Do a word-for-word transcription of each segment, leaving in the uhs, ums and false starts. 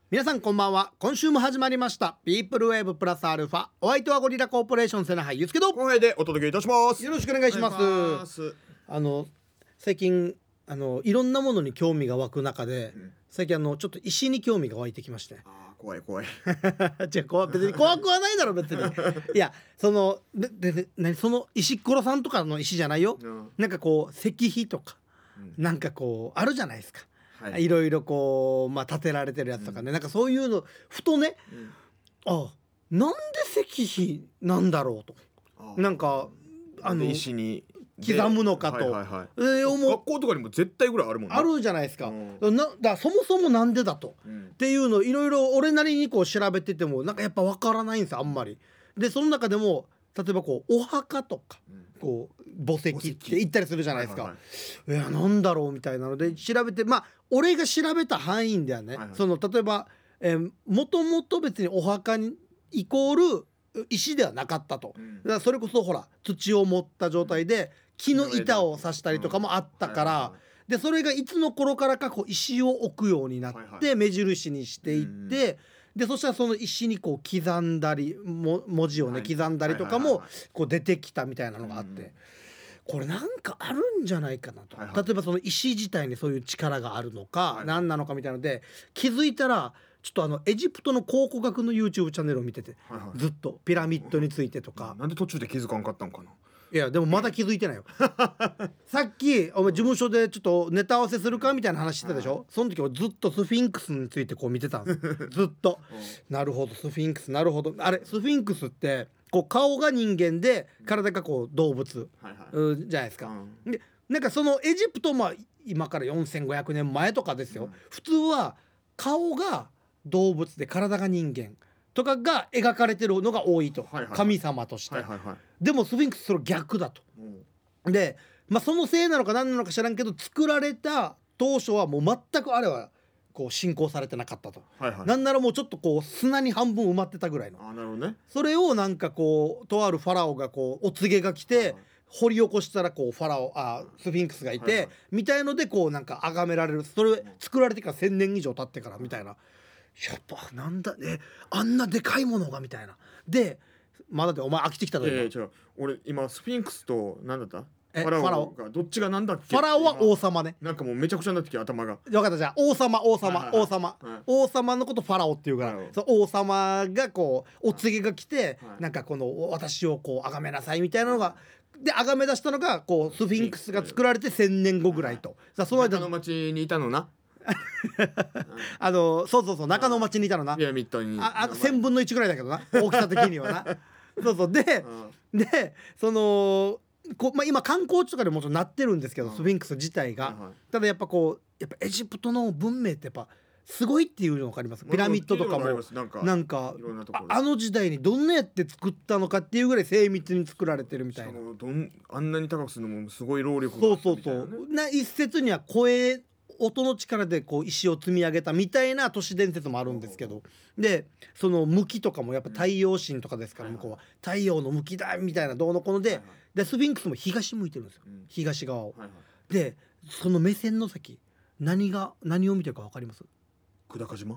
皆さんこんばんは。今週も始まりましたピープルウェーブプラスアルファ。お相手はゴリラコーポレーション瀬名俳優ですけど、 後輩でお届けいたします。 よろしくお願いします。 お願いします。 あの最近あのいろんなものに興味が湧く中で、うん、最近あのちょっと石に興味が湧いてきまして。 あー怖い怖いじゃあ別に怖くはないだろ別に。いやそのでで何その石ころさんとかの石じゃないよ、うん、なんかこう石碑とか、うん、なんかこうあるじゃないですか。はい、いろいろこう、まあ、建てられてるやつとかね、うん、なんかそういうのふとね、うん、あなんで石碑なんだろうと、なんかあの石に刻むのかと、はいはいはい、えー、思う学校とかにも絶対ぐらいあるもんね。 あるじゃないですか、うん、なだそもそもなんでだと、うん、っていうのいろいろ俺なりにこう調べててもなんかやっぱ分からないんですよあんまり。でその中でも例えばこうお墓とか、うん、こう墓石って言ったりするじゃないですか、はいはいはい、いやなんだろうみたいなので調べて、まあ俺が調べた範囲ではね、はいはい、その例えば、えー、もともと別にお墓にイコール石ではなかったと、うん、だからそれこそほら土を盛った状態で木の板を刺したりとかもあったから、うんはいはいはい、でそれがいつの頃からかこう石を置くようになって目印にしていって、はいはい、でそしたらその石にこう刻んだりも文字をね、はい、刻んだりとかもこう出てきたみたいなのがあって、うん、これなんかあるんじゃないかなと、はいはい、例えばその石自体にそういう力があるのか、はいはい、何なのかみたいなので気づいたらちょっとあのエジプトの考古学の YouTube チャンネルを見てて、はいはい、ずっとピラミッドについてとか、 なんで途中で気づかんかったんかな。 いやでもまだ気づいてないよさっきお前事務所でちょっとネタ合わせするかみたいな話してたでしょ、はい、その時はずっとスフィンクスについてこう見てたんですずっとなるほどスフィンクスなるほどあれスフィンクスってこう顔が人間で体がこう動物、はいはい、じゃないですか、うん、でなんかそのエジプトも今からよんせんごひゃくねんまえとかですよ、うん、普通は顔が動物で体が人間とかが描かれてるのが多いと、はいはいはい、神様として、はいはいはい、でもスフィンクスそれ逆だと、うん、で、まあ、そのせいなのか何なのか知らんけど作られた当初はもう全くあれはこう信仰されてなかったと、はいはい、なんならもうちょっとこう砂に半分埋まってたぐらいの。 あ、なるほどね。 それをなんかこうとあるファラオがこうお告げが来て、はいはい、掘り起こしたらこうファラオあスフィンクスがいて、はいはい、みたいのでこうなんか崇められる。それ作られてからせんねん以上経ってからみたいな、やっぱなんだねあんなでかいものがみたいなでまだでお前飽きてきたの今、 えー、違う俺今スフィンクスと何だったファラオがどっちがなんだっけ。 ファラオは王様ね。 なんかもうめちゃくちゃになってきて頭が分かった。じゃあ王様王様、はいはいはい、王様、はい、王様のことファラオっていうから、はい、そう王様がこうお告げが来て、はい、なんかこの私をこう崇めなさいみたいなのがで崇め出したのがこうスフィンクスが作られてせんねんごぐらいと、はい、 さあその間中の町にいたのなあのそうそうそう中の町にいたのな。 ピラミッドにああせんぶんのいちぐらいだけどな大きさ的にはなそうそうで、うん、でそのこ、まあ、今観光地とかでもちろんなってるんですけど、うん、スフィンクス自体が、はいはい、ただやっぱこうやっぱエジプトの文明ってやっぱすごいっていうの分かります。ピラミッドとかもなんかあの時代にどんなやって作ったのかっていうぐらい精密に作られてるみたいな。 どんあんなに高くするのもすごい労力があったみたいな、ね、そうそうそうな一説には声音の力でこう石を積み上げたみたいな都市伝説もあるんですけど、でその向きとかもやっぱ太陽神とかですから、向こうは太陽の向きだみたいなどうのこので、でスフィンクスも東向いてるんですよ、東側を。でその目線の先何が何を見てるか分かります？ 久高島？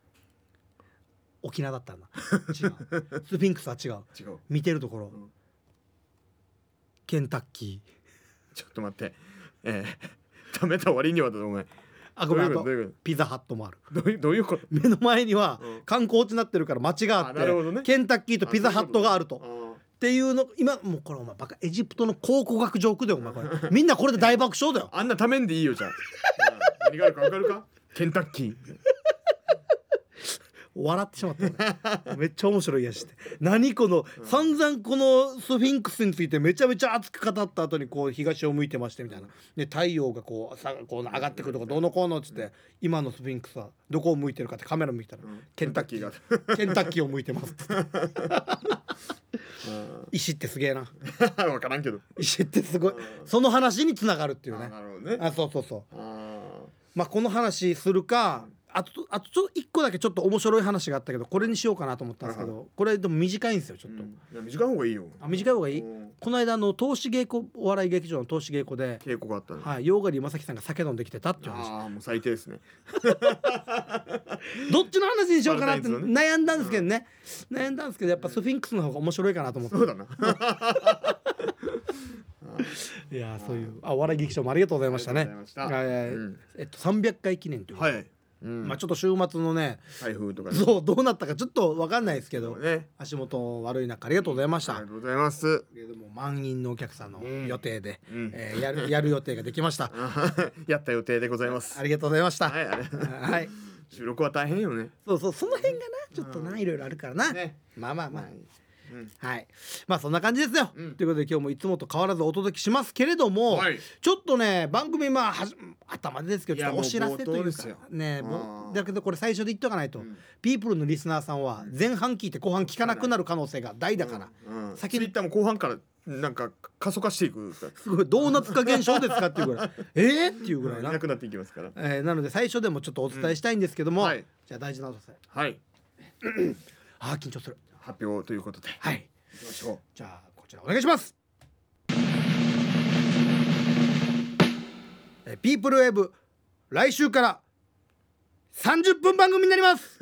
沖縄だったんだ違うスフィンクスは違う違う見てるところ、うん、ケンタッキー。ちょっと待ってえー食べた割にはだお前あごめんあとピザハットもある。 どういう、どういうこと？ 目の前には観光地になってるから街があって、あ、ね、ケンタッキーとピザハットがあるとっていうの今もうこれお前バカエジプトの考古学ジョークでお前これみんなこれで大爆笑だよあんなためんでいいよじゃあ何があるか分かるかケンタッキー笑ってしまっためっちゃ面白いやしって何この、うん、散々このスフィンクスについてめちゃめちゃ熱く語った後にこう東を向いてましてみたいな、で太陽がこうさこう上がってくるとかどうのこうのっつって、うん、今のスフィンクスはどこを向いてるかってカメラ向いたら、うん、ケンタッキーがケンタッキーを向いてます石ってすげえな分からんけど石ってすごいその話につながるっていうね。 あ、なるほどね。 あ、そうそうそう。あ、まあこの話するか、うんあとあとちょっといっこだけちょっと面白い話があったけどこれにしようかなと思ったんですけど、はいはい、これでも短いんですよちょっと、うん、 いや短い方がいいよ。 あ短い方がいい、うん、この間の東市稽古お笑い劇場の東市稽古で稽古があったね、 はい、ヨガリ正樹さんが酒飲んできてたっていう話。 ああもう最低ですねどっちの話にしようかなって悩んだんですけどね、うん、悩んだんですけどやっぱスフィンクスの方が面白いかなと思って。 そうだないやそういうあお笑い劇場もありがとうございましたね。えっとさんびゃっかい記念という、 はいうん、 まあちょっと週末のね台風とか、 ね、そうどうなったかちょっと分かんないですけど、 ね、 足元悪い中ありがとうございました。 ありがとうございます。 でも満員のお客さんの予定で、 うんえー、やるやる予定ができましたやった予定でございます。 ありがとうございました。 はい、 はい、 収録は大変よね。 そうそうその辺がなちょっとな、うん、いろいろあるからな、ね、まあまあまあ、はいうん、はいまあそんな感じですよ、うん、ということで今日もいつもと変わらずお届けしますけれども、はい、ちょっとね番組まあはじ頭ですけどちょっとお知らせというかねだけどこれ最初で言っとかないと、うん、ピープルのリスナーさんは前半聞いて後半聞かなくなる可能性が大だから、 うんうん、先にツイッターも後半からなんか過疎化していくすごいドーナツ化現象ですかっていうぐらいえーっていうぐらいな、 いなくなっていきますから、 えー、なので最初でもちょっとお伝えしたいんですけども、うんはい、じゃあ大事なお知らせはいあ緊張する発表ということではい行きましょう。 じゃあこちらお願いします。えピープルウェーブ来週からさんじゅっぷん番組になります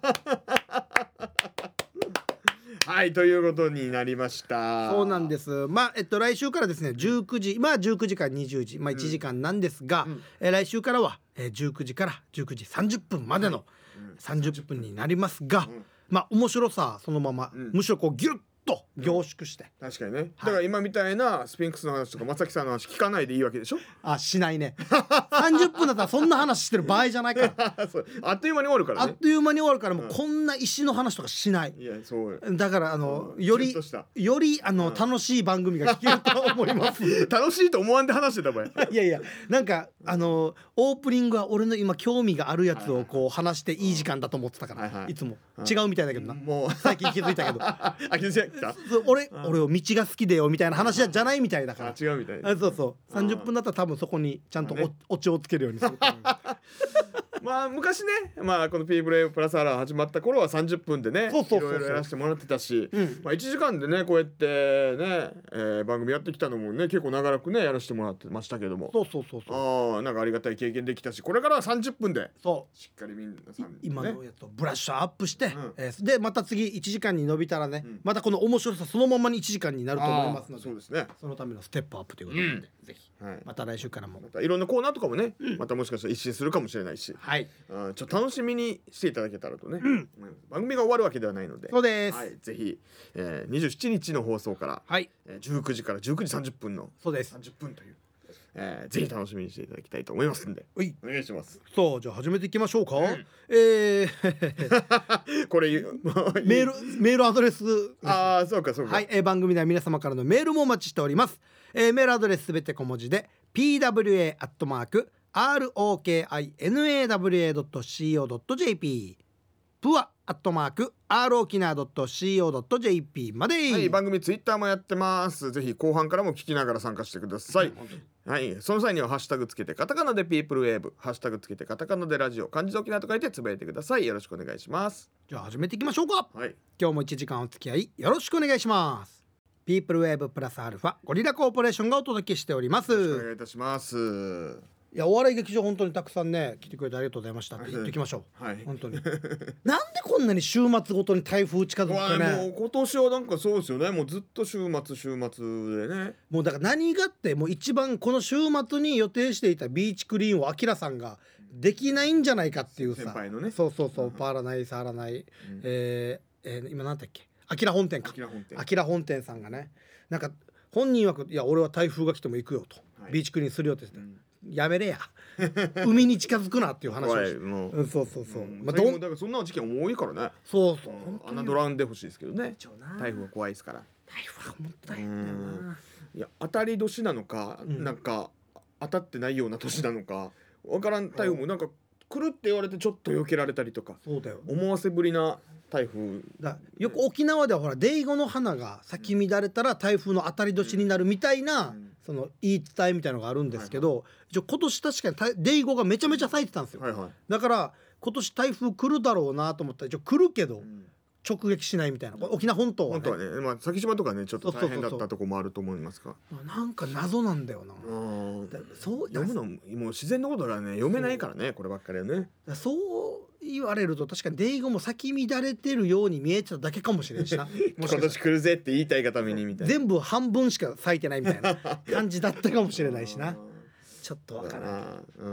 はいということになりました。 そうなんです。まあえっと来週からですねじゅうくじまあじゅうくじからにじゅうじまあいちじかんなんですが、うん、え来週からはえじゅうくじからじゅうくじさんじゅっぷんまでのさんじゅっぷんになりますが、うん、まあ面白さそのまま、うん、むしろこうギュッと凝縮して、 うん、確かにね、はい、だから今みたいなスフィンクスの話とか正木さんの話聞かないでいいわけでしょ。 あしないねさんじゅっぷんだったらそんな話してる場合じゃないからそうあっという間に終わるからね。 あっという間に終わるからもうこんな石の話とかしない、 いやそうだからあのよりよりあの、うん、楽しい番組が聞けると思います楽しいと思わんで話してた場合いやいやなんかあのオープニングは俺の今興味があるやつをこう話していい時間だと思ってたから、はいはい、いつも違うみたいだけどな、もう最近気づいたけどあ気づいた俺俺を道が好きでよみたいな話じゃないみたいだから。 違うみたい。 あそうそうさんじゅっぷんだったら多分そこにちゃんと お,、ね、オチをつけるようにするまあ昔ねまあこのピープルプラスアラー始まった頃はさんじゅっぷんでねいろいろやらせてもらってたし、うん、まあいちじかんでねこうやってね、えー、番組やってきたのもね結構長らくねやらせてもらってましたけども、 そうそうそうそうあなんかありがたい経験できたしこれからはさんじゅっぷんでそうしっかりみんなさん、ね、 今のやつとブラッシュアップして、うんえー、でまた次いちじかんに伸びたらね、うん、またこの面白さそのままにいちじかんになると思いますので、 そうですね、 そのためのステップアップということで、うん、ぜひ、はい、また来週からもまたいろんなコーナーとかもね、うん、またもしかしたら一新するかもしれないし、 はい、 あちょっと楽しみにしていただけたらとね、うん、番組が終わるわけではないのでそうです、 はい、ぜひ、えー、にじゅうしちにちの放送から、 はいえー、じゅうくじからじゅうくじさんじゅっぷんのそうですさんじゅっぷんという、えー、ぜひ楽しみにしていただきたいと思いますんでお願いします。 そうじゃあ始めていきましょうか、うん、えー、これメールメールアドレスああそうかそうかはい、えー、番組では皆様からのメールもお待ちしております、えー、メールアドレスすべて小文字で ピーダブリューエー アットマーク アールオーケーアイエヌエーダブリューエー ドットシーオー ドット ジェーピー プアアットマーク アールオーキナー ドットシーオー ドット ジェーピー まで、 はい、番組ツイッターもやってます。ぜひ後半からも聞きながら参加してください、うん、はい、その際にはハッシュタグつけてカタカナでピープルウェーブハッシュタグつけてカタカナでラジオ漢字で沖縄と書いてつぶやいてください。よろしくお願いします。 じゃあ始めていきましょうか、 はい、 今日もいちじかんお付き合いよろしくお願いします。ピープルウェーブプラスアルファゴリラコーポレーションがお届けしております。 よろしくお願いいたします。 いやお笑い劇場本当にたくさんね来てくれてありがとうございましたって言っておきましょう、はい、本当になんでこんなに週末ごとに台風近づくかね。 もう今年はなんかそうですよね。もうずっと週末週末でねもうだから何がってもう一番この週末に予定していたビーチクリーンをアキラさんができないんじゃないかっていうさ、 先輩のねそうそうそう、うん、パーらない触らない、うん、えーえー、今なんだっけアキラ本店かアキラ本店さんがねなんか本人は、いや俺は台風が来ても行くよと、はい、ビーチクリーンするよって言って、うんやめれや海に近づくなっていう話をしてもう、うん、そうそうそう、うん、 まあ、どんだからそんな時期多いからね。 そうそう、 侮らんでほしいですけどね。台風は怖いですから。 台風はもったいないな。 いや当たり年なのか、うん、なんか当たってないような年なのかわからん台風もなんか来るって言われてちょっと避けられたりとか、 そうだよ、 思わせぶりな台風だ。よく沖縄ではほらデイゴの花が咲き乱れたら台風の当たり年になるみたいな、うん、その言い伝えみたいなのがあるんですけど、はいはい、一応今年確かにデイゴがめちゃめちゃ咲いてたんですよ、 はいはい、 だから今年台風来るだろうなと思ったら一応来るけど、うん、 直撃しないみたいな、沖縄本島はね、 本当はね、まあ、先島とかねちょっと大変だったとこもあると思いますが、 なんか謎なんだよな。 そう読むのもう自然のことだからね読めないからねこればっかりはね。 そう言われると確かにデイゴも咲き乱れてるように見えちゃうだけかもしれんしな今年来るぜって言いたいがためにみたいな、 全部半分しか咲いてないみたいな感じだったかもしれないしなちょっとわからない、 うん、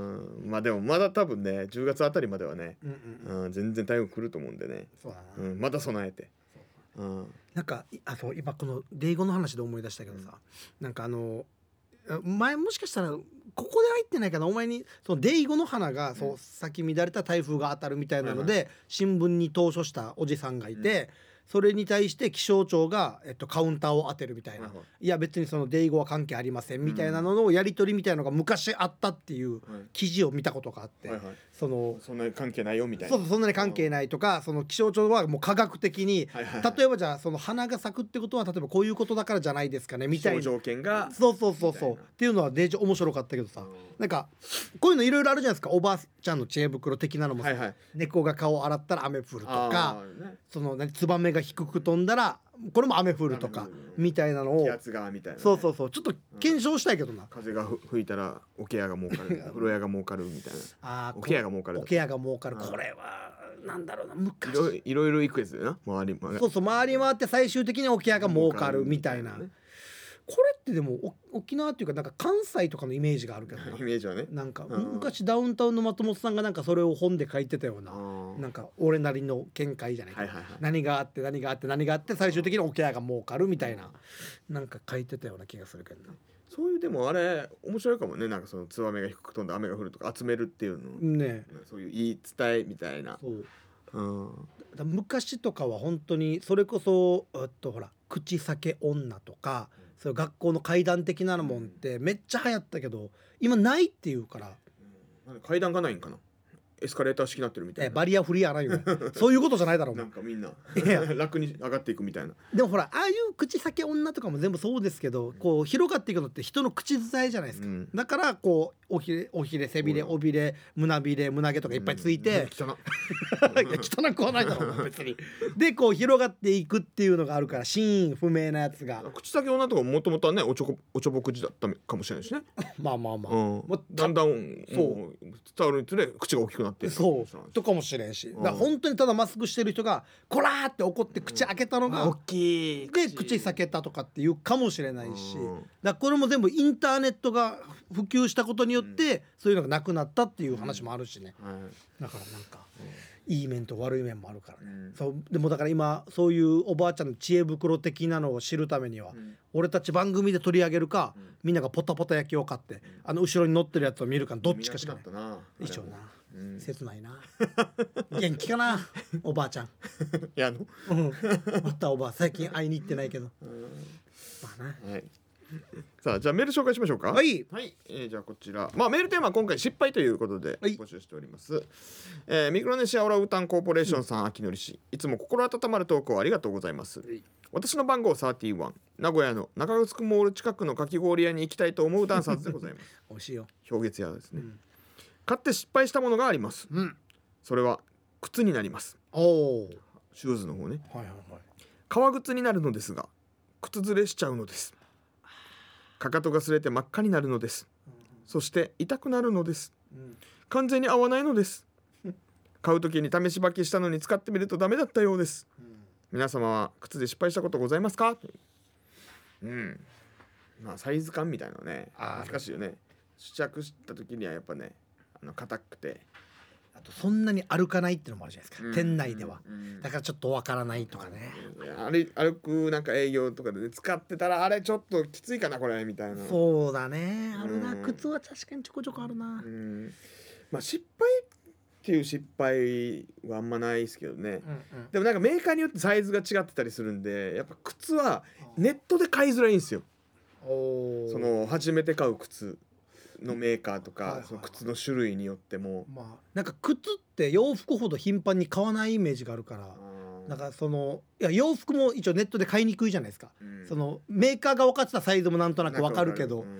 まあでもまだ多分ねじゅうがつあたりまではね、うんうんうん、全然台風来ると思うんでね。そうだな、うん、まだ備えて、うん、なんかあと今このデイゴの話で思い出したけどさ、うん、なんかあの前もしかしたらここで入ってないかな、お前にそのデイゴの花がそう咲き乱れた台風が当たるみたいなので新聞に投書したおじさんがいて、それに対して気象庁が、えっと、カウンターを当てるみたいな、いや別にそのデイゴは関係ありませんみたいなののやり取りみたいなのが昔あったっていう記事を見たことがあって、はいはい、そのそんなに関係ないよみたいな、 そうそんなに関係ないとか、その気象庁はもう科学的に、はいはいはい、例えばじゃあその花が咲くってことは例えばこういうことだからじゃないですかねみたいな気象条件がそうそうそうそうっていうのはデージ面白かったけどさ、なんかこういうのいろいろあるじゃないですか。おばあちゃんの知恵袋的なのもさ、はいはい、猫が顔を洗ったら雨降るとか、ね、そのツバメが低く飛んだらこれも雨降るとかみたいなのを気圧がみたいな、ね、 そうそうそうちょっと検証したいけどな、うん、 風が吹いたら桶屋が儲かる風呂屋が儲かるみたいなあ桶屋が儲かる桶屋が儲かるこれはなんだろうな昔いろいろ行くやつだよな周りそうそう回り回って最終的に桶屋が儲かるみたいな、ね、これってでも沖縄っていうかなんか関西とかのイメージがあるけどイメージはねなんか昔ダウンタウンの松本さんがなんかそれを本で書いてたようななんか俺なりの見解じゃないか、はいはいはい、何があって何があって何があって最終的に桶屋が儲かるみたいななんか書いてたような気がするけどな。 そういうでもあれ面白いかもね。なんかそのツバメが低く飛んで雨が降るとか集めるっていうのね、そういう言い伝えみたいな。そう、 うん、だ昔とかは本当にそれこそえっとほら口裂け女とか、うん、そういう学校の怪談的なもんってめっちゃ流行ったけど今ないっていうから、 うん、怪談がないんかな。エスカレーター式になってるみたいな。 えバリアフリーやないよそういうことじゃないだろうなんかみんな楽に上がっていくみたいな。 でもほらああいう口裂け女とかも全部そうですけど、うん、こう広がっていくのって人の口伝えじゃないですか、うん、だからこうおひれおひれ背びれ尾びれ胸びれ胸毛とかいっぱいついて、うん、汚いや汚くはないだろう別にでこう広がっていくっていうのがあるから真意不明なやつが口裂け女とかもともとはねおちょこおちょぼ口だったかもしれないしねまあまあまあ、 うんまあ、だんだんそう伝わるにつれ口が大きくなってそうとかもしれんし、だから本当にただマスクしてる人がこらーって怒って口開けたのが、 うん、大きいで口裂けたとかっていうかもしれないし、だからこれも全部インターネットが普及したことによって、うん、そういうのがなくなったっていう話もあるしね、うんはい、だからなんか、うん、いい面と悪い面もあるからね、うん、そうでもだから今そういうおばあちゃんの知恵袋的なのを知るためには、うん、俺たち番組で取り上げるか、うん、みんながポタポタ焼きを買って、うん、あの後ろに乗ってるやつを見るかどっちかしかない一緒な、うん、切ないな元気かなおばあちゃんいやあの、 うん、またおばあ最近会いに行ってないけど、うん、まあな、 はいさあじゃあメール紹介しましょうか。 はい、 はいえー、じゃあこちら、まあ、メールテーマは今回失敗ということで募集しております、はいえー、ミクロネシアオラウータンコーポレーションさん、うん、秋典氏いつも心温まる投稿ありがとうございます、はい、私の番号さんじゅういち名古屋の中城モール近くのかき氷屋に行きたいと思うダンサーズでございます美味しいよ氷月屋ですね、うん、買って失敗したものがあります、うん、それは靴になります。おシューズの方ね、はいはいはい、革靴になるのですが靴ずれしちゃうのです。かかとが擦れて真っ赤になるのです、うん、そして痛くなるのです、うん、完全に合わないのです。買う時に試し履きしたのに使ってみるとダメだったようです、うん、皆様は靴で失敗したことございますか。うんまあサイズ感みたいなのね難しいよね。試着した時にはやっぱねあの硬くてあとそんなに歩かないっていうのもあるじゃないですか、うん、店内では、うん、だからちょっとわからないとかね、 うん、歩, 歩くなんか営業とかで、ね、使ってたらあれちょっときついかなこれみたいな。 そうだねあるな、うん、靴は確かにちょこちょこあるな、うんまあ、失敗っていう失敗はあんまないですけどね、うんうん、でもなんかメーカーによってサイズが違ってたりするんでやっぱ靴はネットで買いづらいんですよ。おその初めて買う靴のメーカーとか、はいはいはい、その靴の種類によっても、 まあ、なんか靴って洋服ほど頻繁に買わないイメージがあるからなんかそのいや洋服も一応ネットで買いにくいじゃないですか、うん、そのメーカーが分かってたサイズもなんとなく分かるけど、うん、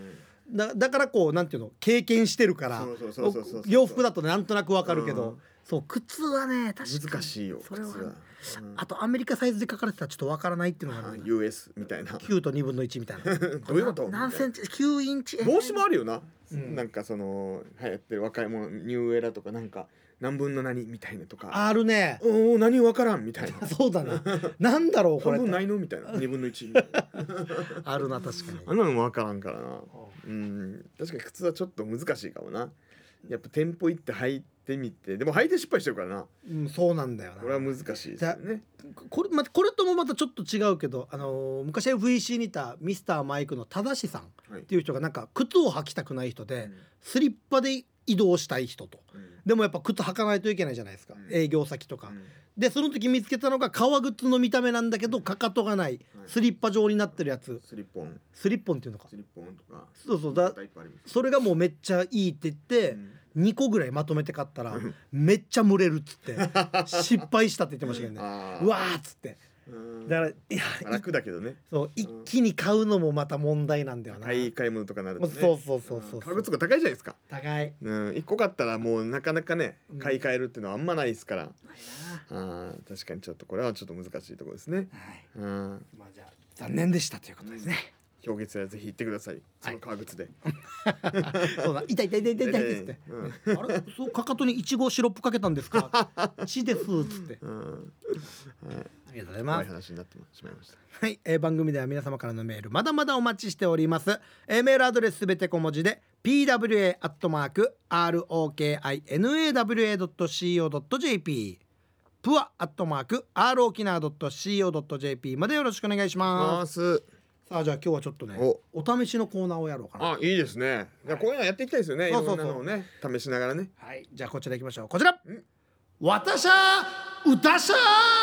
だ, だからこうなんていうの経験してるから洋服だとなんとなくわかるけど、うん、そう靴はね確かに難しいよ。 それは、 靴は、うん、 あとアメリカサイズで書かれてたらちょっとわからないっていうのがある、 ユーエス みたいなきゅうとにぶんのいちみたいなどういうこと何センチきゅうインチ帽子もあるよな、うん、なんかその流行ってる若いものニューエラとかなんか何分の何みたいなとかあるね。 おお何分からんみたいなそうだななんだろうこれ半分ないのみたいなにぶんのいちあるな確かにあんなのも分からんからな。うん確かに靴はちょっと難しいかもな。やっぱ店舗行って履いてみてでも履いて失敗してるからな、 うん、そうなんだよな。 これは難しいですよね。 これ、ま、これともまたちょっと違うけど、あのー、昔 エフイーシー にいたミスターマイクの正さんっていう人がなんか靴を履きたくない人で、はい、スリッパで移動したい人と、うん、でもやっぱ靴履かないといけないじゃないですか、うん、営業先とか、うん、でその時見つけたのが革靴の見た目なんだけどかかとがないスリッパ状になってるやつ、 スリッポンスリッポンっていうのかスリッポンとかそうそうだそれがもうめっちゃいいって言って、うんにこぐらいまとめて買ったらめっちゃ蒸れるっつって失敗したって言ってましたけどねうわーっつってだからいや楽だけどねそう一気に買うのもまた問題なんだよな。 高い買い物とかなるとねそうそうそうそう革靴が高いじゃないですか。 高い、 うん、いっこ買ったらもうなかなかね買い替えるっていうのはあんまないですから、うん、あ確かにちょっとこれはちょっと難しいところですね、はいうんまあ、じゃあ残念でしたということですね、うん氷結はぜひ行ってください。その革靴で。 そうだ、痛い痛い痛い痛い痛いって。うん、あれ、そうかかとにいちごシロップかけたんですか。血ですっつって。うん、はい。ありがとうございます。 話になってしまいました。 はい、えー、番組では皆様からのメールまだまだお待ちしております。えー、メールアドレスすべて小文字で ピーダブリューエー アットマーク アールオーケーアイエヌエーダブリューエー ドットシーオー ドット ジェーピー プアアットマーク アールオーキナー ドットシーオー ドット ジェーピー までよろしくお願いします。さあじゃあ今日はちょっとね お, お試しのコーナーをやろうかな。 あいいですね。じゃあこういうのやっていきたいですよね。そうそうそういろんなのをね試しながらね。 はいじゃあこちら行きましょう。こちらわたしゃ歌しゃ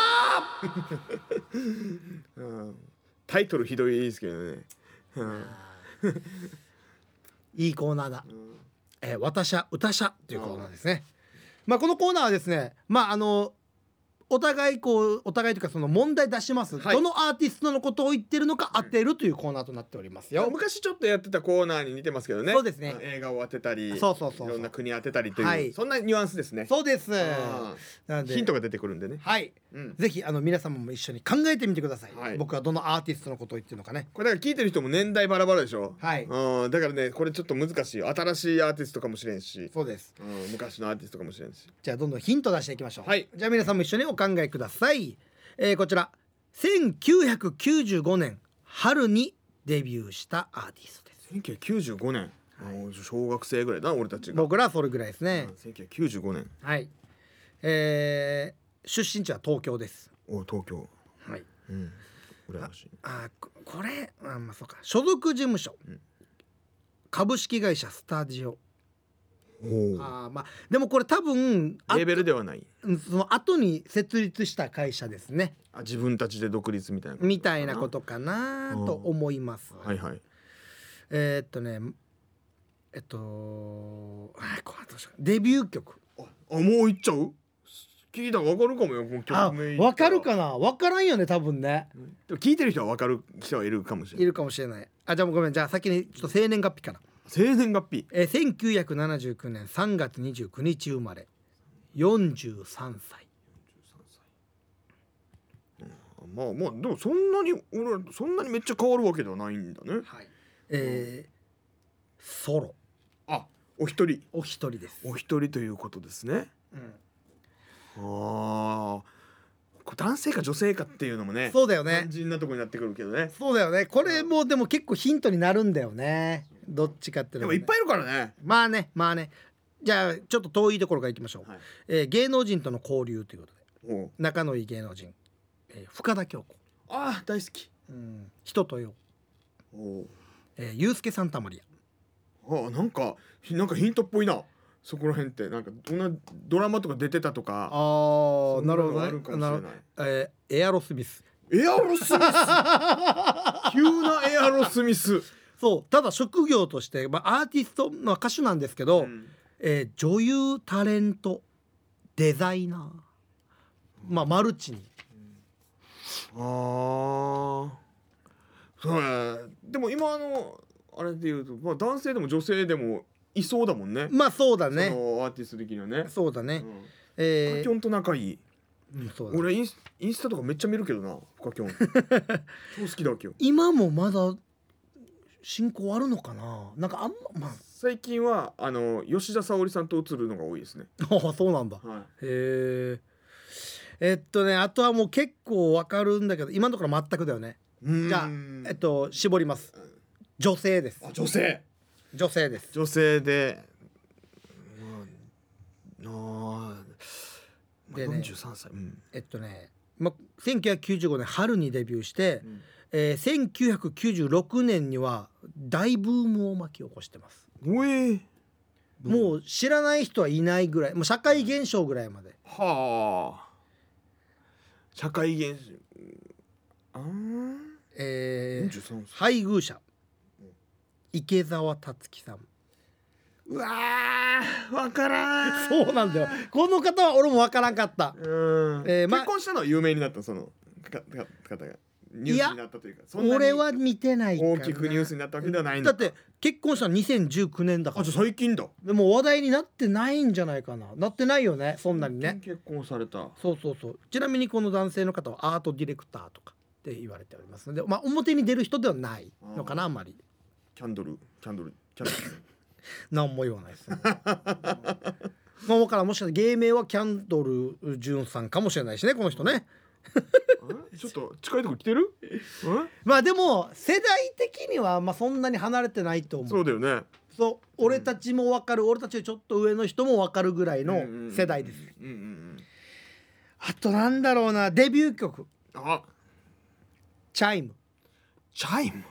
うん、タイトルひどいですけどね、うん、 いいコーナーだ、うんえー、わたしゃ歌しゃっていうコーナーですね。まあこのコーナーはですねまああのお互いこうお互いというかその問題出します、はい、どのアーティストのことを言ってるのか当てるというコーナーとなっておりますよ。 昔ちょっとやってたコーナーに似てますけどね。 そうですね。 映画を当てたりそうそうそうそういろんな国当てたりという、はい、そんなニュアンスですね。 そうです。 なんでヒントが出てくるんでね。 はい、うん、ぜひあの皆様も一緒に考えてみてください、はい、僕はどのアーティストのことを言ってるのかね。 これだから聞いてる人も年代バラバラでしょ。 はい、 うん、だからねこれちょっと難しいよ。新しいアーティストかもしれんし。 そうです、 うん、昔のアーティストかもしれんし。 じゃあどんどんヒント出していきましょう。 はい、 じゃあ皆さんも一緒にお考えください。えー、こちらせんきゅうひゃくきゅうじゅうごねん春にデビューしたアーティストです。 せんきゅうひゃくきゅうじゅうごねん、はい、小学生ぐらいだ俺たちが。 僕らはそれぐらいですね、 うん、せんきゅうひゃくきゅうじゅうごねん。 はい、えー、出身地は東京です。 お東京。 はい、 うん、羨ましい。 ああこれあまあそうか所属事務所、うん、株式会社スタジオ。あまあでもこれ多分レーベルではない。 その後に設立した会社ですね。 あ自分たちで独立みたいなみたいなことかなと思います。 はいはい。 えー、っとねえっとあこれどうしようデビュー曲。 ああもういっちゃう。聞いたら分かるかもよ。曲名分かるかな。分からんよね多分ね。 でも聞いてる人は分かる人はいるかもしれない。 いるかもしれない。あじゃあもうごめんじゃあ先にちょっと生年月日から生年月日、 えー、せんきゅうひゃくななじゅうきゅうねんさんがつにじゅうくにち生まれよんじゅうさんさい。 うん、まあまあでもそんなに俺そんなにめっちゃ変わるわけではないんだね。 はい、えー、ソロ。 あお一人お一人です。 お一人ということですね。うん、ああ男性か女性かっていうのもね。 そうだよね。 肝心なところになってくるけどね。 そうだよね。これもでも結構ヒントになるんだよね。どっちかっていうのは、 ね、でもいっぱいいるからね。 まあねまあね。じゃあちょっと遠いところからいきましょう、はいえー、芸能人との交流ということで仲のいい芸能人、えー、深田恭子。 ああ大好き。 うん、人とよ。お、えー、ユースケ・サンタマリア。あなんかなんかヒントっぽいな。そこら辺ってなんかどんなドラマとか出てたとか。 ああなるほどね。あるかもしれない。えー、エアロスミス。 エアロスミス急なエアロスミス。 そうただ職業として、まあ、アーティストの歌手なんですけど、うんえー、女優タレントデザイナーまあマルチに、うん、 ああそうでも今あのあれでいうと、まあ、男性でも女性でもいそうだもんね。 まあそうだね。 そのアーティスト的にはね。 そうだね。うん、 えー、フカキョンと仲いい。 うん、そうだ。 俺インス、インスタとかめっちゃ見るけどな、フカキョン。超好きだわけよ。 今もまだ進行あるのかな。なんかあんま、まあ、 最近はあの吉田沙保里さんと写るのが多いですね。 ああ、そうなんだ。はい、へえ。えっとね、あとはもう結構わかるんだけど、今のところ全くだよね。じゃあえっと絞ります。女性です。 あ、女性。 女性です。 女性で、うん、あで、ね、よんじゅうさんさい、うん、 えっとね、ま、せんきゅうひゃくきゅうじゅうごねん春にデビューして、うん、えー、せんきゅうひゃくきゅうじゅうろくねんには大ブームを巻き起こしてます。 うえもう知らない人はいないぐらい、もう社会現象ぐらいまで。 はあ。社会現象。あえー、配偶者、池澤達樹さん。 うわー、わからん。そうなんだよ。この方は俺もわからんかった。 うん、えーま、結婚したのは有名になった、そのかか方がニュースになったというか。 そんなに俺は見てないかな。 大きくニュースになったわけではないんだ。だって結婚したのにせんじゅうきゅうねんだから。 あ、じゃ最近だ。 でも話題になってないんじゃないかな。なってないよね、そんなにね。 結婚された。 そうそうそう。ちなみにこの男性の方はアートディレクターとかって言われておりますので、まあ表に出る人ではないのかな、あんまり。 キャンドルキャンドルキャンドル何も言わないです、ね。まあ分からん、もしかして芸名はキャンドル・ジュンさんかもしれないしね、この人ね。 ちょっと近いとこ来てる？ まあでも世代的にはまあそんなに離れてないと思う。 そうだよね。 そう、俺たちも分かる、俺たちよりちょっと上の人も分かるぐらいの世代です。あとなんだろうな、デビュー曲。 あ、 チャイム。 チャイム。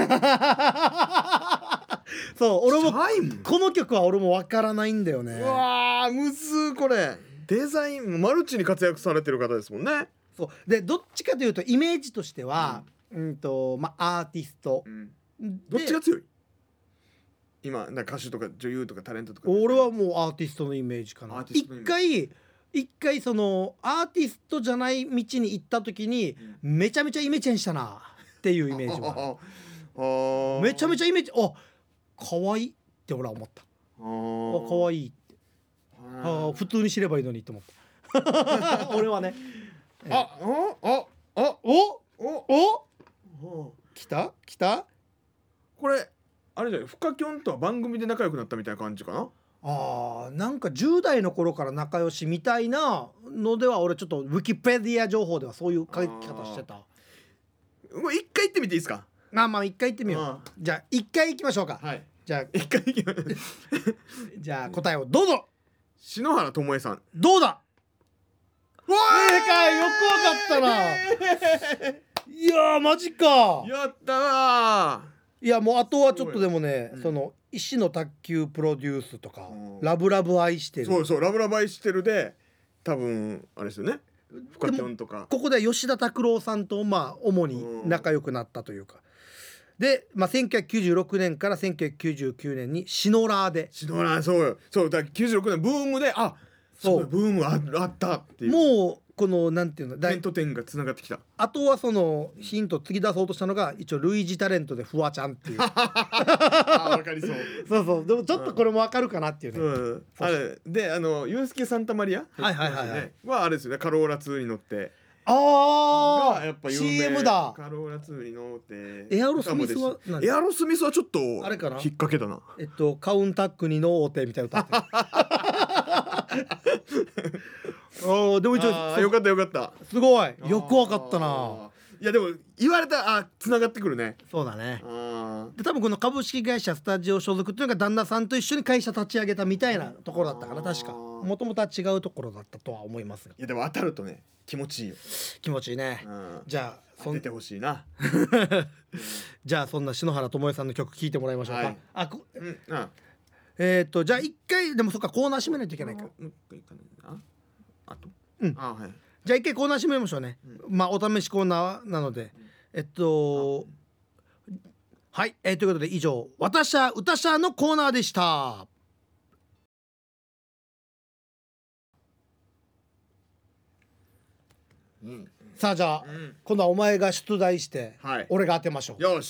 そう、俺もこの曲は俺も分からないんだよね。 うわー、むずこれ。デザインマルチに活躍されてる方ですもんね。 そうで、どっちかというとイメージとしては、うん、うんとまあアーティスト、うん、 どっちが強い？今なんか歌手とか女優とかタレントとか。 俺はもうアーティストのイメージかな。一回一回そのアーティストじゃない道に行った時に、うん、めちゃめちゃイメチェンしたなっていうイメージはあめちゃめちゃイメージ、あ、可愛いって俺は思った。あ、可愛いって、あ、普通に知ればいいのにと思った俺はね。 あ、あ、あ、 お、お、お、来た来た。 これあれじゃない、フカキョンとは番組で仲良くなったみたいな感じかな。 あー、なんかじゅう代の頃から仲良しみたいなのでは、俺ちょっとウィキペディア情報ではそういう書き方してた。 もう一回行ってみていいですか？ まあまあ一回行ってみよう。じゃあ一回行きましょうか。 はい。 じゃあ一回行きましょう。 じゃあ答えをどうぞ。 篠原ともえさん。 どうだ。正解。よくわかったな。いやー、マジか。 やったわー。いや、もうあとはちょっとでもね、うん、その石の卓球プロデュースとか、うん、ラブラブ愛してる。 そうそう、ラブラブ愛してるで多分あれですよね、フカキョンとか。 ここで吉田拓郎さんとまあ主に仲良くなったというか、うん、で、まあ、せんきゅうひゃくきゅうじゅうろくねんからせんきゅうひゃくきゅうじゅうきゅうねんにシノラーでシノラー、そうよ、そうだ、きゅうじゅうろくねんブームで、あ、そうブーム あ, あったっていう、 もうこのなんていうの、 点と点がつながってきた。 あとはそのヒント次出そうとしたのが一応類似タレントでフワちゃんっていうあ、分かりそう。 そうそう、でもちょっとこれも分かるかなっていうね、うん、 あれで、あのユースケ・サンタマリア、 はいはいはいはい、 はあれですよね、カローラツーに乗って、 ああ、やっぱ有名シーエム だ。 カローラツーに乗って。 エアロスミスは何？エアロスミスはちょっとあれかな、 引っ掛けだな。 えっとカウンタックに乗ってみたいな歌ってあ、でも一応よかったよかった、 すごいよくわかったな。 いやでも言われた、あ、つながってくるね。 そうだね。で多分この株式会社スタジオ所属っていうのが旦那さんと一緒に会社立ち上げたみたいなところだったかな、確か。もともとは違うところだったとは思いますが。 いやでも当たるとね、気持ちいいよ。 気持ちいいね。じゃあ当ててほしいなじゃあそんな篠原ともえさんの曲聴いてもらいましょうか。 はい、 あこ、 うん、あえっ、ー、とじゃあ一回でもそっか、コーナー締めないといけないか。 ああと、 うん、 あ、はい、 じゃあ一回コーナー締めましょうね、うん、まあお試しコーナーなので、えっとはい、えー、ということで以上私は歌者のコーナーでした。うん、さあじゃあ、うん、今度はお前が出題して、はい、俺が当てましょう。 よし。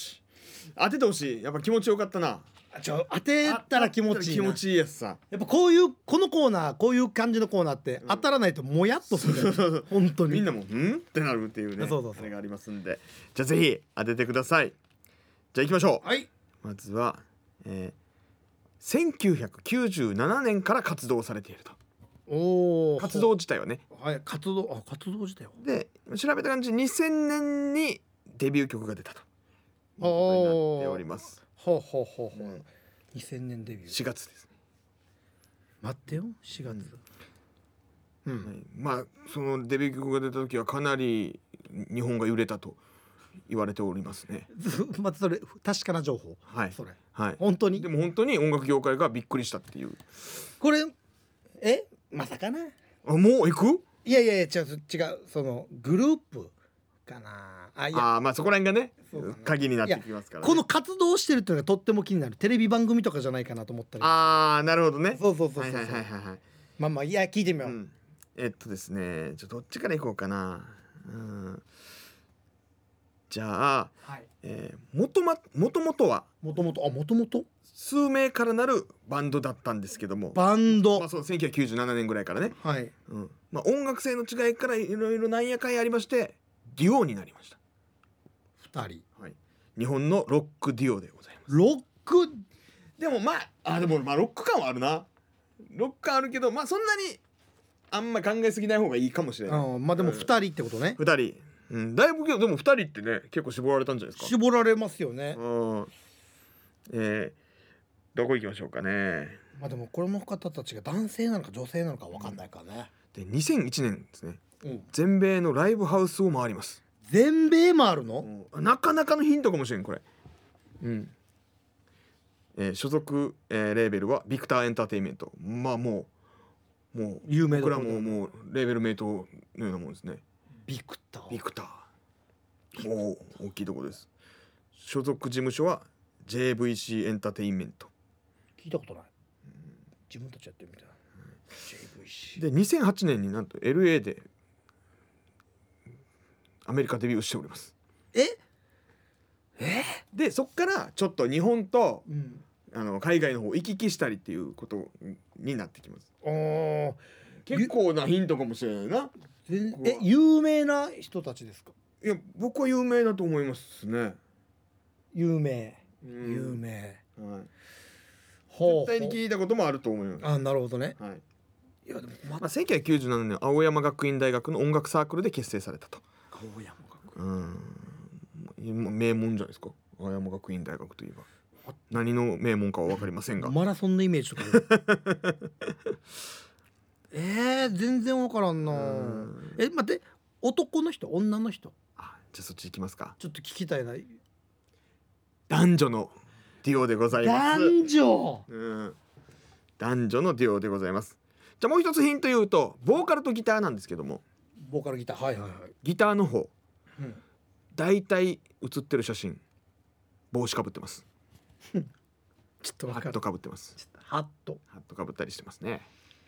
当ててほしい。やっぱ気持ちよかったな。 ちょ当てたら気持ちいいな。 気持ちいいやつさ。 やっぱこういうこのコーナーこういう感じのコーナーって、うん、当たらないともやっとする、ね、本当にみんなもんってなるっていうね。 そうそうそう、 あれがありますんで、じゃあぜひ当ててください。じゃあ行きましょう。 はい。 まずは、えー、せんきゅうひゃくきゅうじゅうななねんから活動されていると。 お活動自体はね。 はい、活動あ活動自体は。 で調べた感じにせんねんにデビュー曲が出たということになっております。 ほうほうほうほう、うん、にせんねんデビューしがつですね。 待ってよしがつ、 うんうん、はい、まあそのデビュー曲が出た時はかなり日本が揺れたと言われておりますね。 またそれ確かな情報。 はいそれ、 はい、 本当にでも本当に音楽業界がびっくりしたっていう。 これえまさかなあもう行く。 いやいやいや違う違うそのグループかなあ。いやあまあそこら辺がね鍵になってきますから、ね、 この活動してるっていうのがとっても気になる。テレビ番組とかじゃないかなと思ったり。 ああなるほどね。 そうそうそうそう、 はいはいはいはい。 まあまあいや聞いてみよう、うん、 えっとですねちょっとどっちからいこうかな。うんじゃあ、はいえー、もとまもともとはもともとあもともと数名からなるバンドだったんですけども、 バンド、 まあ、そうせんきゅうひゃくきゅうじゅうななねんぐらいからね、 はいうんまあ、音楽性の違いからいろいろなんやかんやありましてデュオになりました。 ふたり、 はい、日本のロックデュオでございます。 ロックでもまああでもまあロック感はあるな。ロック感あるけどまあそんなにあんま考えすぎない方がいいかもしれない。 あまあでもふたりってことね、 ふたり、うん、だいぶでもふたりってね結構絞られたんじゃないですか。 絞られますよね。 うんえー、どこ行きましょうかね。 まあでもこれの方たちが男性なのか女性なのか分かんないからね、 でにせんいちねんですね、うん、全米のライブハウスを回ります。 全米回るの、 うん、なかなかのヒントかもしれんこれ、うんえー、所属、えー、レーベルはビクターエンターテインメント。まあもうもう有名僕らももうレーベルメイトのようなもんですね。 ビクタービクターお大きいとこです。所属事務所は ジェイブイシー エンターテインメント。 聞いたことない、うん、自分たちやってるみたいな、うん、ジェイブイシーでにせんはちねんになんと エルエー でアメリカデビューしております。 ええでそっからちょっと日本と、うん、あの海外の方行き来したりっていうことになってきます。 あ結構なヒントかもしれないな。 え有名な人たちですか。 いや僕は有名だと思いますね。 有名、 うん、 有名、 はい、ほう絶対に聞いたこともあると思います。 あなるほどね、 はい、いやでもままあ、せんきゅうひゃくきゅうじゅうななねん青山学院大学の音楽サークルで結成されたと。 青山学院、 うん、名門じゃないですか青山学院大学といえば。何の名門かは分かりませんがマラソンのイメージとかえー、全然分からんな。え待って男の人女の人。 あじゃあそっち行きますか。 ちょっと聞きたいな。 男女のデュオでございます。 男女、 うん、男女のデュオでございます。じゃあもう一つヒント言うとボーカルとギターなんですけども。 ボーカルギターはいはいはい。 ギターの方、 うん、 だいたい写ってる写真帽子かぶってますちょっとハットかぶってます。 ハットハットかぶったりしてますね。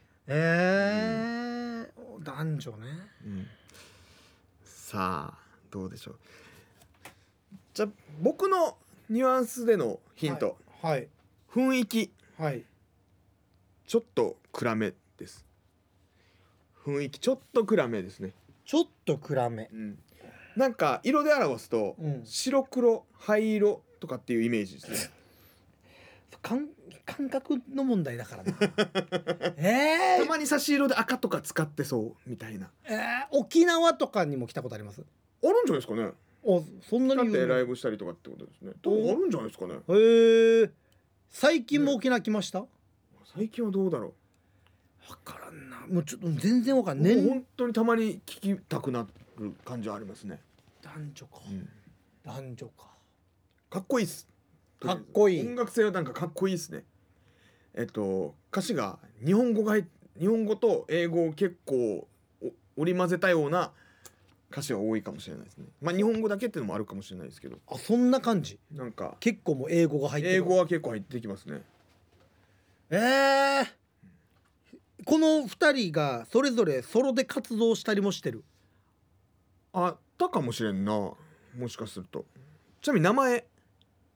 えーうん、男女ね、 うん、さあどうでしょう。じゃあ僕のニュアンスでのヒント、 はいはい、 雰囲気、 はい、 ちょっと暗めです。雰囲気ちょっと暗めですね。 ちょっと暗め、 うん、なんか色で表すと、うん、白黒灰色とかっていうイメージですね。 感, 感覚の問題だからなえー、 たまに差し色で赤とか使ってそうみたいな、 えー、沖縄とかにも来たことあります。 あるんじゃないですかね。 あそんなにだってライブしたりとかってことですね。多分あるんじゃないですかね。 へえ最近も沖縄来ました、ね、 最近はどうだろう分からんな。もうちょっと全然分かんない。 本当にたまに聞きたくなる感じはありますね。 男女か、うん、男女かかっこいいっす。 かっこいい。 音楽性はなんかかっこいいですね。えっと歌詞が日本語が日本語と英語を結構織り交ぜたような歌詞は多いかもしれないですね。まあ日本語だけっていうのもあるかもしれないですけど。 あそんな感じ。 なんか結構もう英語が入ってる。 英語は結構入ってきますね。 えー、このふたりがそれぞれソロで活動したりもしてる。 あったかもしれんな。もしかすると。ちなみに名前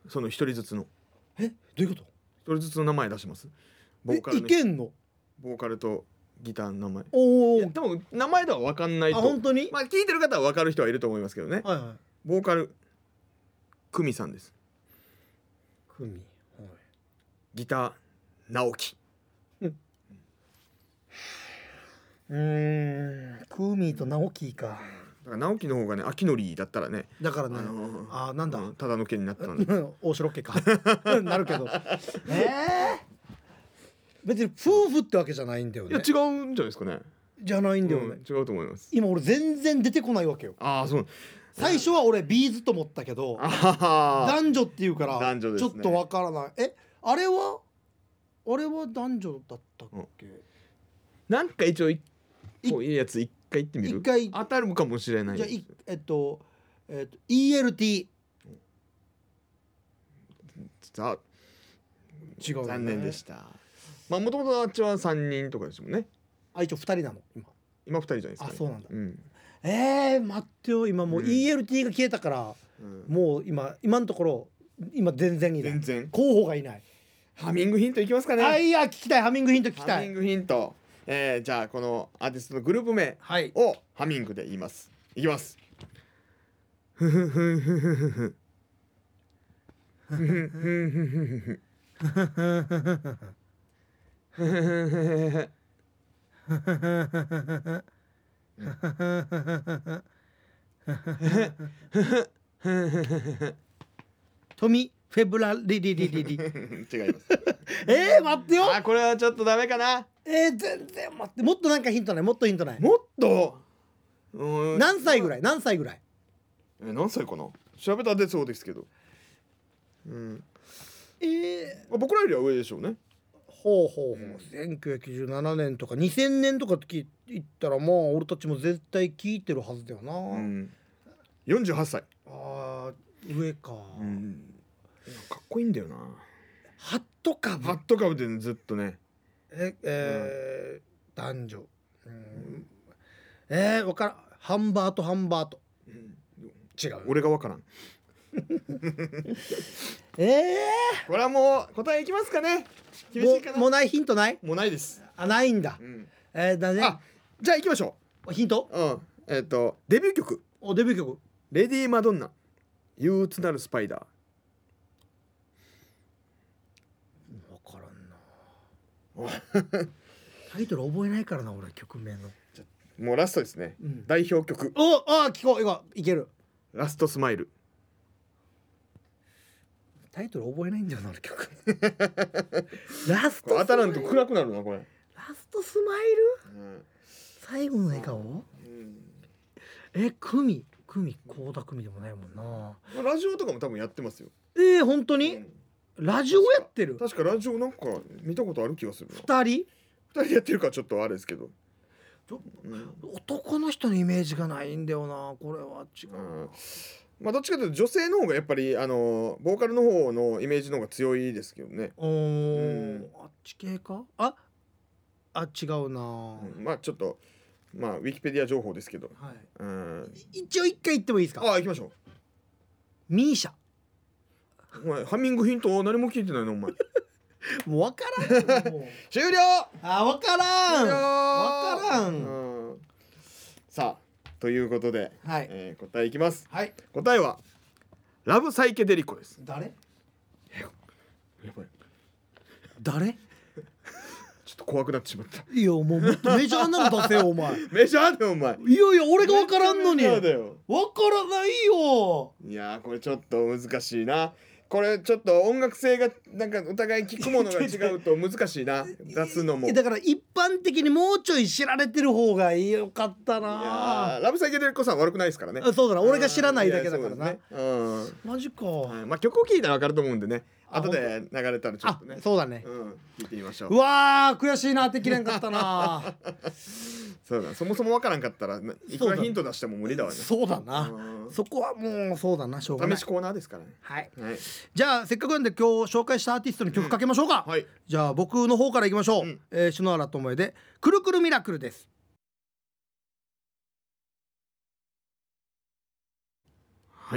その一人ずつのえどういうこと？ 一人ずつの名前出します。ボーカルいけんの？ ボーカルとギターの名前。 おお。 でも名前では分かんないと。 あ本当に？ まあ聞いてる方は分かる人はいると思いますけどね。 はいはい。 ボーカル久美さんです。 久美。はい。 ギター直樹。 うーん久美と直樹か。 だから直樹の方がね秋のりだったらね。 だからね。 あのー、 あなんだ。 うん、ただの毛になったんで。 大城家か。なるけど。ええー。別に夫婦ってわけじゃないんだよね。 いや違うんじゃないですかね。 じゃないんだよね、 うん、違うと思います。 今俺全然出てこないわけよ。 ああそう。 最初は俺ビーズと思ったけど男女っていうからちょっとわからない。えあれはあれは男女だったっけ、うん、 なんか一応こういうやつ一回言ってみる。一回当たるかもしれない。 じゃあえっとえっと イーエルティーさあ違う、ね、 残念でした。まあもともとあっちはさんにんとかですもんね。 あ一応ふたりなの今。 今ふたりじゃないですか、ね、 あそうなんだ、 うん、 えー、待ってよ今もう イーエルティー が消えたから、うん、もう今今のところ今全然いない。全然候補がいない。 ハミングヒントいきますかね。 あいや聞きたい。ハミングヒント聞きたい。 ハミングヒント、えー、じゃあこのアーティストのグループ名をハミングで言います。いきます。ふふふふふふふふふふふトミフェブラリリリリリ違いますえー、待ってよ。 あこれはちょっとダメかな。 えー、全然待って。もっとなんかヒントない。もっとヒントない。 もっと何歳ぐらい何歳ぐらいえ何歳かな。調べたら出そうですけど、うん、 えー、 僕らよりは上でしょうね。 ほうほうほう、うん、せんきゅうひゃくきゅうじゅうななねんとかにせんねんとかって言ったらまあ俺たちも絶対聞いてるはずだよな、うん、 よんじゅうはっさい。 あー上か、うん、 かっこいいんだよな。 ハット株ハット株で、ね、ずっとねえ、えーうん、男女、うん、えー、わからん。ハンバートハンバート、うん、違う。 俺がわからんえー、 これはもう答えいきますかね。 厳しいかな。もうない。ヒントない。 もうないです。 あないんだ、うん、えー、だね。 あじゃあ行きましょう。ヒント、 うんえっ、ー、とデビュー曲。 おデビュー曲レディー・マドンナ憂鬱なるスパイダー。 分からんなタイトル覚えないからな俺曲名の。 もうラストですね、うん、代表曲。 おあ聞こう。いこいける。 ラストスマイル。 タイトル覚えないんだよな俺曲ラストスマイル当たらんと暗くなるなこれ。 ラストスマイル、うん、最後の笑顔、うん、えクミクミ倖田來未でもないもんな。 ラジオとかも多分やってますよ。 えー、本当に、うん、ラジオやってる。 確かラジオなんか見たことある気がするな。 ふたりふたりやってるかちょっとあれですけど、 うん、男の人のイメージがないんだよな。これは違う、うんまあどっちかというと女性の方がやっぱりあのボーカルの方のイメージの方が強いですけどね。 おー、うん、あっち系か。ああ違うな、 うん、まあちょっとまあウィキペディア情報ですけど、はいうん、一応一回言ってもいいですか。 ああ行きましょう。 ミーシャ。 お前ハミングヒント何も聞いてないのお前もう分からん終了。 あ分からん分からん、うん、 さあということで、 はいえー、答えいきます、 はい、 答えはラブサイケデリコです。 誰やばい誰ちょっと怖くなってしまった。 いやもうもっとメジャーなの出せよお前メジャーだよお前。 いやいや俺が分からんのに分だよからないよ。 いやこれちょっと難しいな。これちょっと音楽性がなんかお互い聞くものが違うと難しいな出すのも。 だから一般的にもうちょい知られてる方がよかったな。いやラブサイケデリコさん悪くないですからね。 そうだな俺が知らないだけだからな、ね、うん、マジか、 はい、まあ曲を聴いたら分かると思うんでね後で流れたらちょっとねそうだね、 うん、聞いてみましょう。 うわー悔しいなってきれんかったなそうだそもそも分からんかったらいくらヒント出しても無理だわね。 そうだな、うん、そこはもうそうだなしょうがない試しコーナーですからね。 はい、はい、じゃあせっかくなんで今日紹介したアーティストに曲かけましょうか、うんはい、じゃあ僕の方からいきましょう、うんえー、篠原ともえでくるくるミラクルです。 はい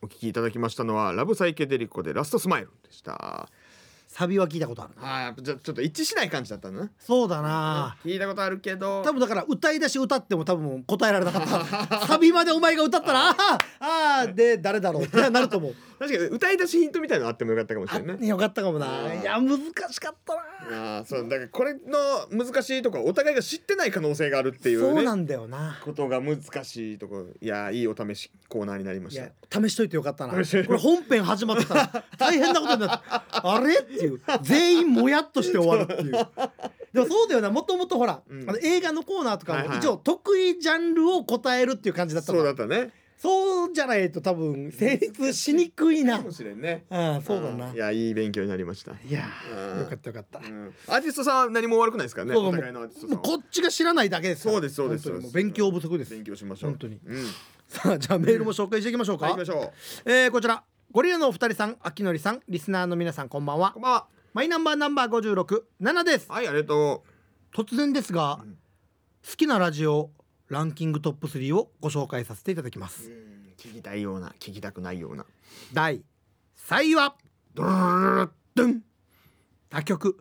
お聞きいただきましたのはラブサイケデリコでラストスマイルでした。 サビは聞いたことあるな。あ、じゃちょっと一致しない感じだったのね。 そうだな、 聞いたことあるけど多分だから歌い出し歌っても多分答えられなかったサビまでお前が歌ったらあーあーで誰だろうってなると思う確かに歌い出しヒントみたいなのあってもよかったかもしれないね。 よかったかもな。いや難しかったなあ、そうだからこれの難しいところお互いが知ってない可能性があるっていうね、 そうなんだよなことが難しいところ。いやいいお試しコーナーになりました。 いや試しといてよかったな。これ本編始まってたら大変なことになってあれっていう全員もやっとして終わるっていうでもそうだよな、もともとほら、うん、あの映画のコーナーとかも一応得意ジャンルを答えるっていう感じだったの。 そうだったね。 そうじゃないと多分成立しにくいなかもしれんね。 ああそうだな。 いやいい勉強になりました。 いやよかったよかった、うん、 アーティストさんは何も悪くないですからね。お互いのアーティストさんはもうこっちが知らないだけですから。 そうですそうです。 もう勉強不足です。 勉強しましょう本当に、 うん、 さあじゃあメールも紹介していきましょうか。 はい、行きましょう。 えー、こちらゴリラのお二人さん、あきのりさん、リスナーの皆さんこんばんは。 こんばんは。 マイナンバーナンバーごじゅうろく、ななです。 はい、ありがとう。突然ですが、うん、好きなラジオランキングトップスリーをご紹介させていただきます。うん、 聞きたいような聞きたくないような。 だいさんいはドゥルルドゥン他局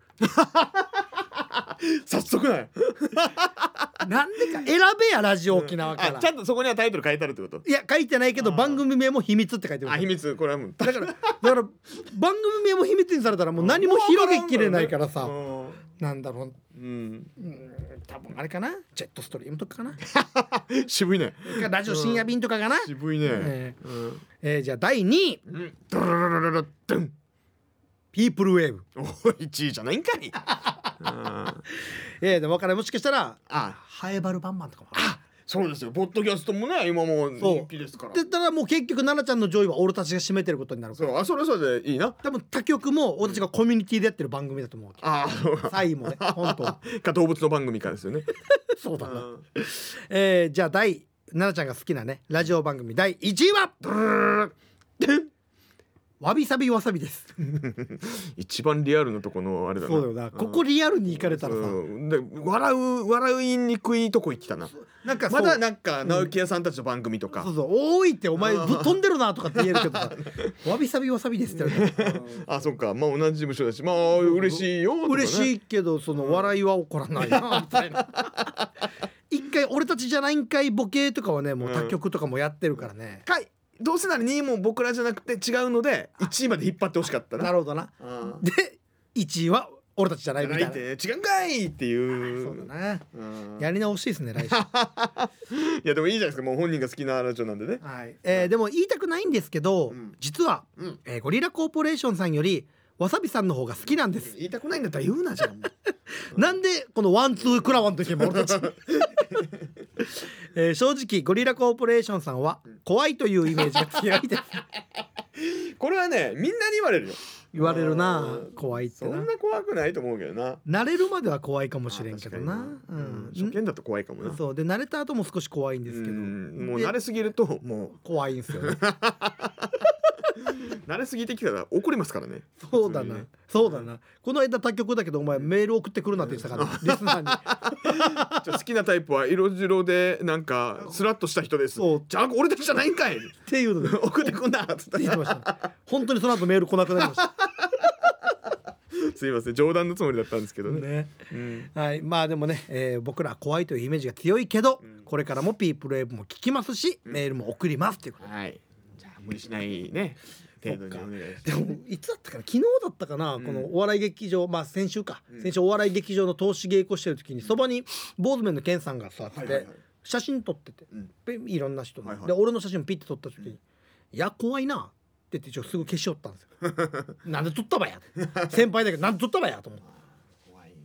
早速だよなんでか選べやラジオ沖縄から、 うん、あちゃんとそこにはタイトル書いてあるってこと。 いや書いてないけど番組名も秘密って書いてる。 あ秘密。これはもうだからだから番組名も秘密にされたらもう何も広げきれないからさ、なんだろう、うん、うん多分あれかな、ジェットストリームとかかな渋いね。 ラジオ深夜便とかかな、うん、 渋いね、 えーうんえー、じゃあだいにい、うん、ドロロロロロドンピープルウェーブ。 おいちいじゃないんかいえー、でも分からない、もしかしたらあハエバルバンバンとかも。 あそうですよ、ポッドキャストもね今もう人気ですから。 って言ったらもう結局奈々ちゃんの上位は俺たちが占めてることになるから。 そう、あそれそれでいいな。 多分他局も俺たちがコミュニティでやってる番組だと思う。 ああサイもね本当か動物の番組かですよねそうだな、えー、じゃあ第奈々ちゃんが好きなねラジオ番組だいいちいはわびさびわさびです一番リアルなとこのあれだな。 そうだよな、ここリアルに行かれたらさ、 で笑う笑いにくいとこ行きたな。 なんかまだなんか直木屋さんたちの番組とか、 そうそう多いってお前ぶっ飛んでるなとかって言えるけどさわびさびわさびですって言われたらあそっか、まあ同じ事務所だしまあ嬉しいよとか、ね、 嬉しいけどその笑いは起こらないなみたいな一回俺たちじゃないんかいボケとかはねもう他局とかもやってるからね、 かいどうせならにいも僕らじゃなくて違うのでいちいまで引っ張ってほしかったな。 なるほどな、うん、でいちいは俺たちじゃないみたいな、 違うんかいっていう。 そうだな、うん、やり直しいですね来週いやでもいいじゃないですか、もう本人が好きなラジオなんでね、 はいえー、でも言いたくないんですけど、うん、実は、うんえー、ゴリラコーポレーションさんよりわさびさんの方が好きなんです。 言いたくないんだったら言うなじゃんなんでこのワンツークラワンとしても俺たちえー、正直ゴリラコーポレーションさんは怖いというイメージが強いですこれはねみんなに言われるよ。 言われるな、怖いってな。 そんな怖くないと思うけどな。 慣れるまでは怖いかもしれんけどな、 うん、初見だと怖いかもな。 そうで慣れた後も少し怖いんですけど、もう慣れすぎるともう怖いんですよね慣れすぎてきたら怒りますからね。 そうだな、ね、そうだな。この間他局だけどお前メール送ってくるなって言ってたから、ね、リスナーにじゃあ好きなタイプは色白でなんかスラッとした人です。じゃあ俺たちじゃないんかいっていうので送ってくんなって言ってました、ね、本当にその後メール来なくなりましたすいません、冗談のつもりだったんですけどね。ね、 うん、はい、まあでもね、えー、僕らは怖いというイメージが強いけど、うん、これからもピープルウェーブも聞きますし、うん、メールも送りますっていうことで、 はい、じゃあ無理しないね程度にお願いします。 でもいつだったかな、昨日だったかな、うん、このお笑い劇場、まあ先週か、うん、先週お笑い劇場の投資稽古してる時にそばに坊主面のケンさんが座って、はいはいはい、写真撮ってて、うん、いろんな人の、はいはい、で俺の写真をピッて撮った時に、うん、いや怖いなって言ってちょっとすぐ消しよったんですよなんで撮ったばや先輩だけどなんで撮ったばやと思って怖い、うん、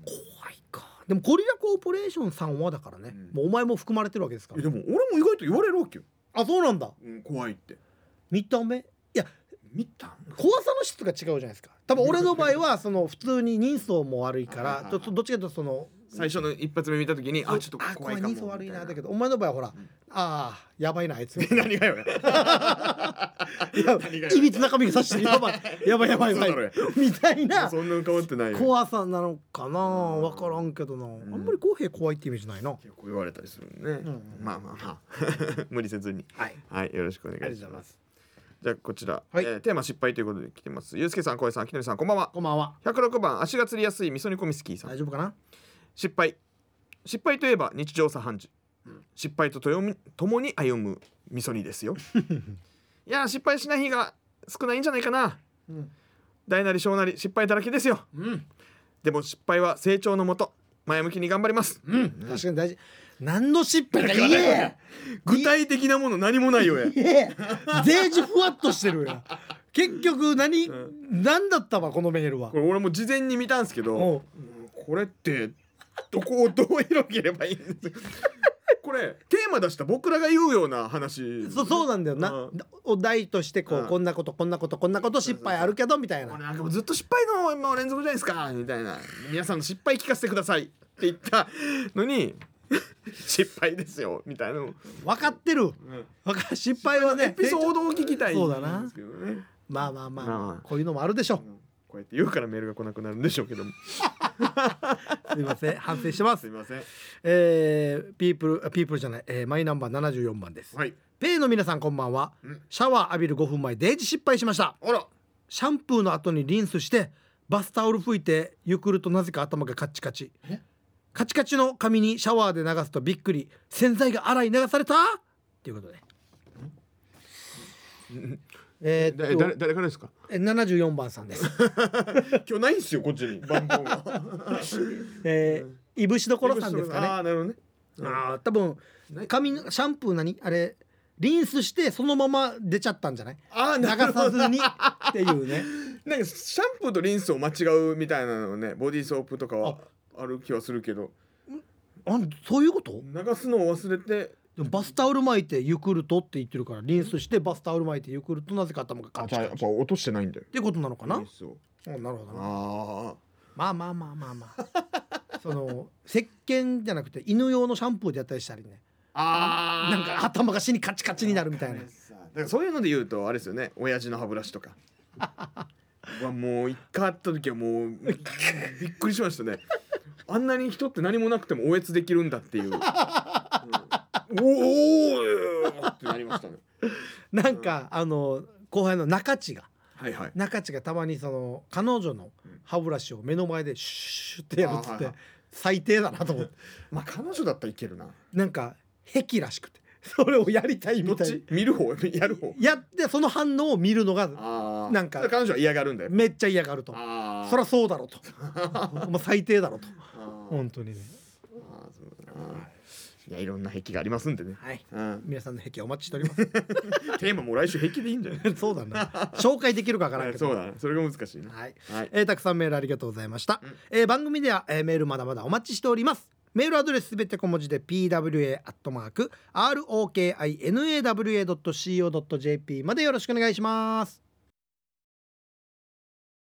怖いか。でもゴリラコーポレーションさんはだからね、うん、もうお前も含まれてるわけですから。 でも俺も意外と言われるわけよ。 あ、そうなんだ、 うん、怖いって見た目、いや見た怖さの質が違うじゃないですか。多分俺の場合はその普通に人相も悪いからどっちかというとその最初の一発目見た時にあちょっと怖いかも、 人相悪いなだけどお前の場合はほら、うん、ああやばいなあいつ何がよいびつな髪がさしてやばいやばいやばいやばいみたいなそんな変わってない怖さなのかな、分からんけどな、うん、あんまり公平怖いってイメージないな。 結構言われたりするね、うん、まあまあまあ無理せずに、はい、はい、よろしくお願いします。 じゃあこちら、 はい、 えー、テーマ失敗ということで来てます。ゆうすけさん、こえさん、きのりさん、こんばんは。 こんばんは。 ひゃくろくばん、足がつりやすい味噌煮込みスキーさん。 大丈夫かな。 失敗。失敗といえば日常茶飯事、うん、失敗とともに共に歩む味噌煮ですよいや失敗しない日が少ないんじゃないかな、うん、大なり小なり失敗だらけですよ、うん、でも失敗は成長のもと、前向きに頑張ります、 うん、確かに大事。何の失敗か言え具体的なもの何もないよやデージふわっとしてるや結局何、うん、何だったわこのメールは。これ俺も事前に見たんですけど、これってどこをどう広げればいいんですかこれテーマ出した僕らが言うような話。 そうそうなんだよな、うん、お題としてこう、うん、こんなことこんなことこんなこと失敗あるけどみたいな。 なんかもうずっと失敗のもう連続じゃないですかみたいな、皆さんの失敗聞かせてくださいって言ったのに失敗ですよみたいなの分かってる、うん、失敗はねエピソードを聞きたいんですけどね。 そうだな、まあまあまあ、まあ、こういうのもあるでしょう、うん、 こうやって言うからメールが来なくなるんでしょうけどもすいません、反省してます。 すいません。 えー、ピープルピープルじゃない、えー、マイナンバーななじゅうよんばんです、はい、ペイの皆さんこんばんは。シャワー浴びるごふんまえデージ失敗しました。 あら、 シャンプーの後にリンスしてバスタオル拭いてゆくるとなぜか頭がカチカチ。カチカチの髪にシャワーで流すとびっくり、洗剤が洗い流されたっていうことでえー、 誰誰からですか。 ななじゅうよんばんさんです今日ないんですよこっちに番号がえー、いぶしどころさんですかね。 ああなるほどね、 うん、あ多分髪のシャンプー何あれリンスしてそのまま出ちゃったんじゃない。あ流さずにっていうねなんかシャンプーとリンスを間違うみたいなのね、ボディーソープとかはある気はするけど、 あそういうこと。 流すのを忘れてでもバスタオル巻いてゆくるとって言ってるから、リンスしてバスタオル巻いてゆくるとなぜか頭がカチカチ。 やっぱ落としてないんだよっていうことなのかな。 リンスを。 あなるほどな。 あまあまあまあまあまあその石鹸じゃなくて犬用のシャンプーでやったりしたりね。あなんか頭が死にカチカチになるみたいな。だからそういうので言うとあれですよね、親父の歯ブラシとかはもう一回会った時はもうびっくりしましたねあんなに人って何もなくてもおえつできるんだっていう、うん、おーってなりましたねなんか、うん、あの後輩の中地が、 はいはい、 中地がたまにその彼女の歯ブラシを目の前でシュッってやるっつって、はいはい、最低だなと思ってまあ彼女だったらいけるな。 なんか癖らしくてそれをやりたいみたい。どっち見る方やる方やってその反応を見るのがなんか彼女は嫌がるんだよ。 めっちゃ嫌がると。そりゃそうだろうともう最低だろうと本当にね。あそうだな。いやいろんな癖がありますんでね、 はい、うん、皆さんの癖お待ちしておりますテーマも来週癖でいいんじゃないそうだな紹介できるかわからんけど、 はい、そうだな、それが難しいな、 はいはい、えー、たくさんメールありがとうございました、うん、えー、番組では、えー、メールまだまだお待ちしております。メールアドレスすべて小文字で ピーダブリューエー アットマーク ローキナワ ドット シーオー ドット ジェーピー までよろしくお願いします。